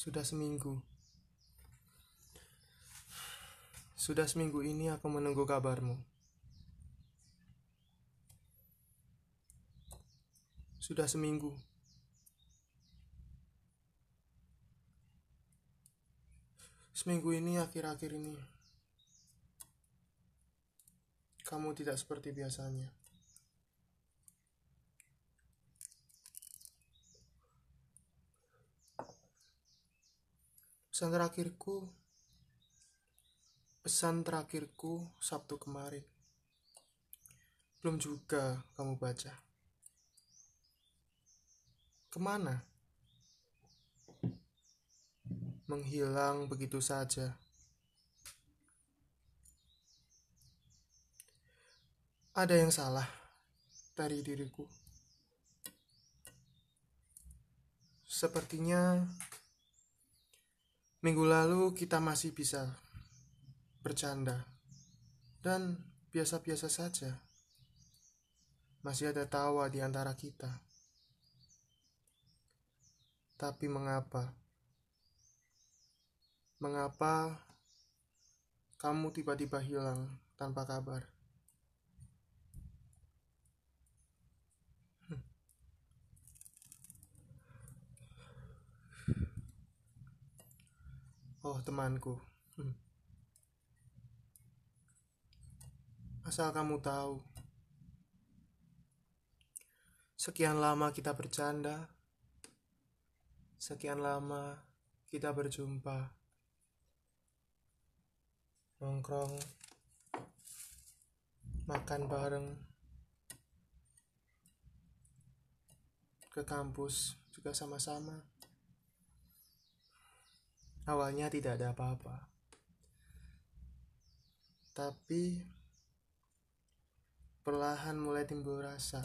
Sudah seminggu. Sudah seminggu ini aku menunggu kabarmu. Sudah seminggu. Seminggu ini, akhir-akhir ini, kamu tidak seperti biasanya. Pesan terakhirku Sabtu kemarin. Belum juga kamu baca. Kemana? Menghilang begitu saja. Ada yang salah dari diriku. Sepertinya minggu lalu kita masih bisa bercanda dan biasa-biasa saja. Masih ada tawa di antara kita. Tapi mengapa? Mengapa kamu tiba-tiba hilang tanpa kabar? Oh, temanku. Asal kamu tahu, sekian lama kita bercanda, sekian lama kita berjumpa, nongkrong, makan bareng, ke kampus juga sama-sama. Awalnya tidak ada apa-apa, tapi perlahan mulai timbul rasa.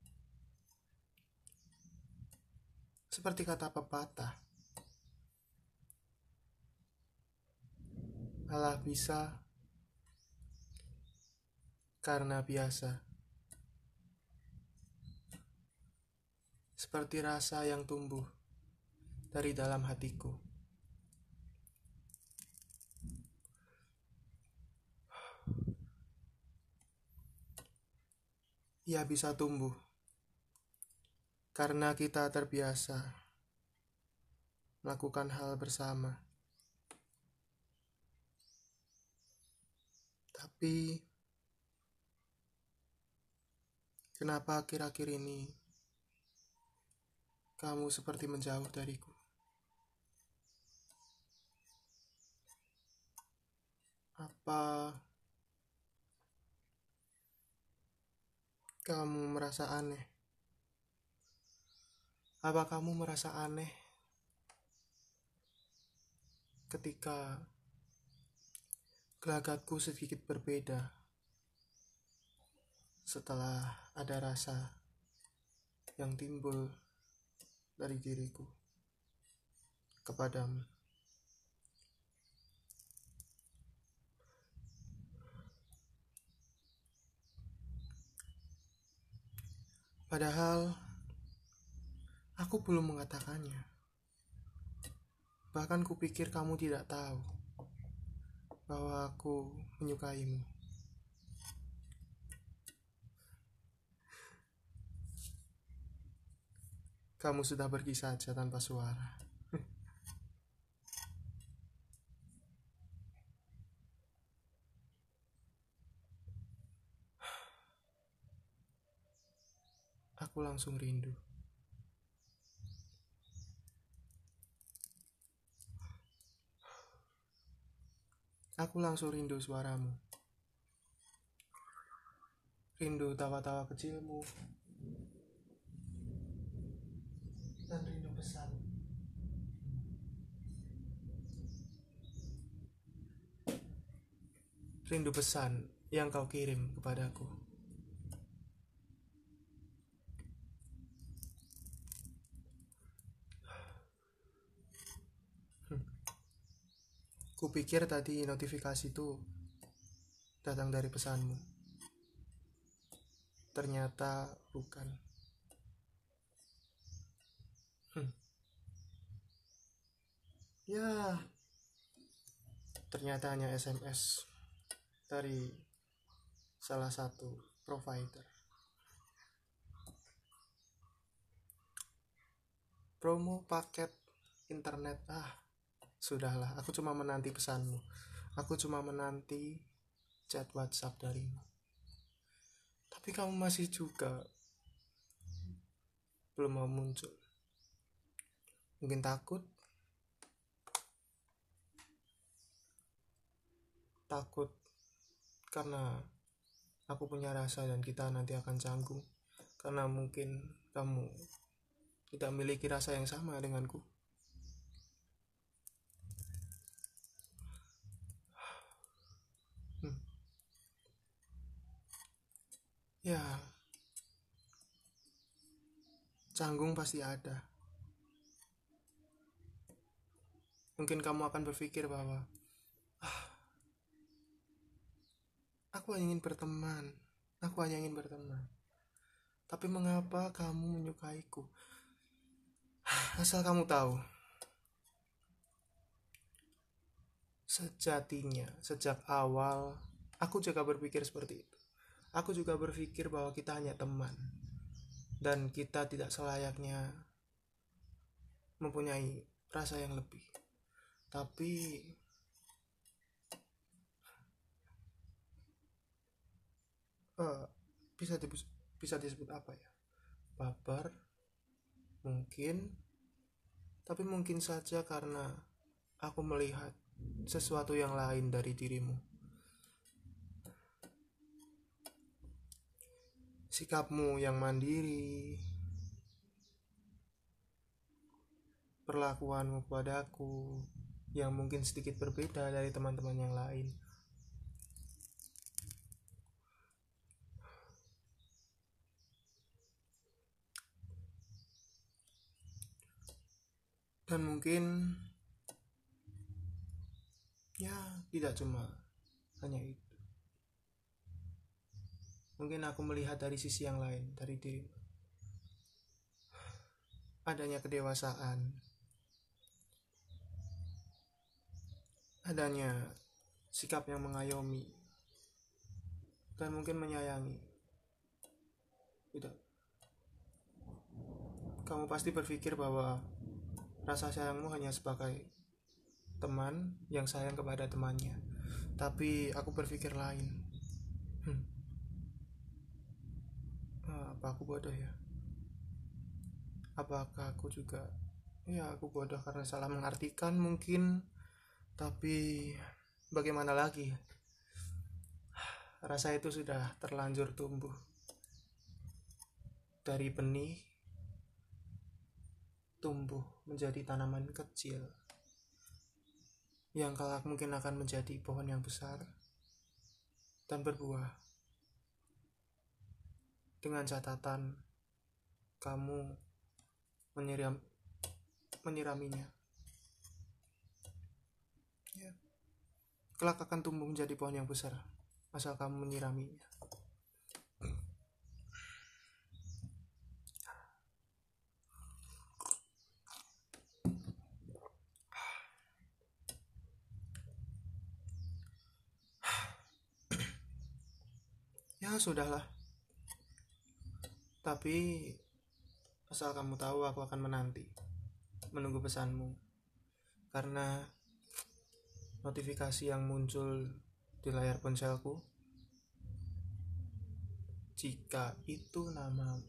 Seperti kata pepatah, Allah bisa karena biasa. Seperti rasa yang tumbuh dari dalam hatiku. Ia bisa tumbuh karena kita terbiasa melakukan hal bersama. Tapi kenapa akhir-akhir ini kamu seperti menjauh dariku? Apa kamu merasa aneh? Apa kamu merasa aneh ketika gelagatku sedikit berbeda setelah ada rasa yang timbul dari diriku kepadamu? Padahal aku belum mengatakannya. Bahkan kupikir kamu tidak tahu bahwa aku menyukaimu. Kamu sudah pergi saja tanpa suara. Aku langsung rindu. Aku langsung rindu suaramu. Rindu tawa-tawa kecilmu. Dan rindu pesan. Rindu pesan yang kau kirim kepadaku. Kupikir tadi notifikasi itu datang dari pesanmu. Ternyata bukan. Ya, ternyata hanya SMS dari salah satu provider. Promo paket internet. Sudahlah, aku cuma menanti pesanmu. Aku cuma menanti chat WhatsApp darimu. Tapi kamu masih juga belum mau muncul. Mungkin takut karena aku punya rasa dan kita nanti akan canggung. Karena mungkin kamu tidak memiliki rasa yang sama denganku. Ya, canggung pasti ada. Mungkin kamu akan berpikir bahwa aku hanya ingin berteman. Tapi mengapa kamu menyukaiku? Asal kamu tahu, sejatinya sejak awal aku juga berpikir seperti itu. Aku juga berpikir bahwa kita hanya teman dan kita tidak selayaknya mempunyai rasa yang lebih. Tapi bisa disebut apa ya? Baper mungkin, tapi mungkin saja karena aku melihat sesuatu yang lain dari dirimu. Sikapmu yang mandiri, perlakuanmu padaku yang mungkin sedikit berbeda dari teman-teman yang lain. Dan mungkin ya tidak cuma hanya itu. Mungkin aku melihat dari sisi yang lain dari dirimu. Adanya kedewasaan, adanya sikap yang mengayomi dan mungkin menyayangi. Tidak. Kamu pasti berpikir bahwa rasa sayangmu hanya sebagai teman yang sayang kepada temannya. Tapi aku berpikir lain. Apa aku bodoh ya? Apakah aku juga? Ya, aku bodoh karena salah mengartikan mungkin. Tapi bagaimana lagi? Rasa itu sudah terlanjur tumbuh dari benih, tumbuh menjadi tanaman kecil yang kelak mungkin akan menjadi pohon yang besar dan berbuah. Dengan catatan kamu menyiraminya. Ya. Kelak akan tumbuh menjadi pohon yang besar asal kamu menyiraminya. Ya sudahlah. Tapi asal kamu tahu aku akan menunggu pesanmu. Karena notifikasi yang muncul di layar ponselku, jika itu namamu,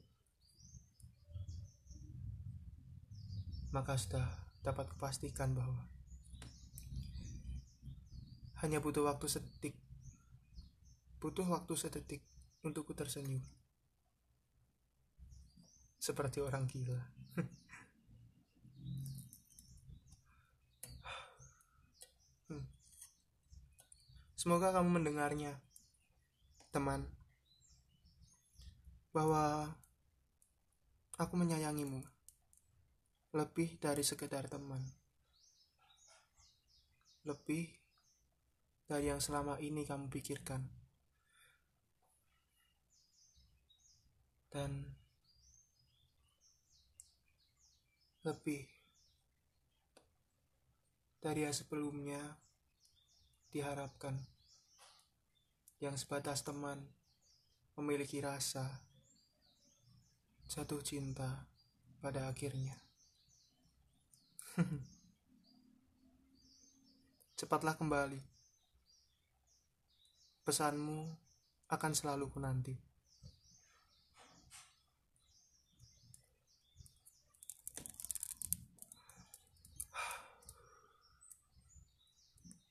maka sudah dapat kupastikan bahwa hanya butuh waktu sedetik untukku tersenyum seperti orang gila. Semoga kamu mendengarnya, teman, bahwa aku menyayangimu lebih dari sekedar teman, lebih dari yang selama ini kamu pikirkan, dan lebih dari yang sebelumnya diharapkan, yang sebatas teman, memiliki rasa, jatuh cinta pada akhirnya. Cepatlah kembali. Pesanmu akan selalu kunanti.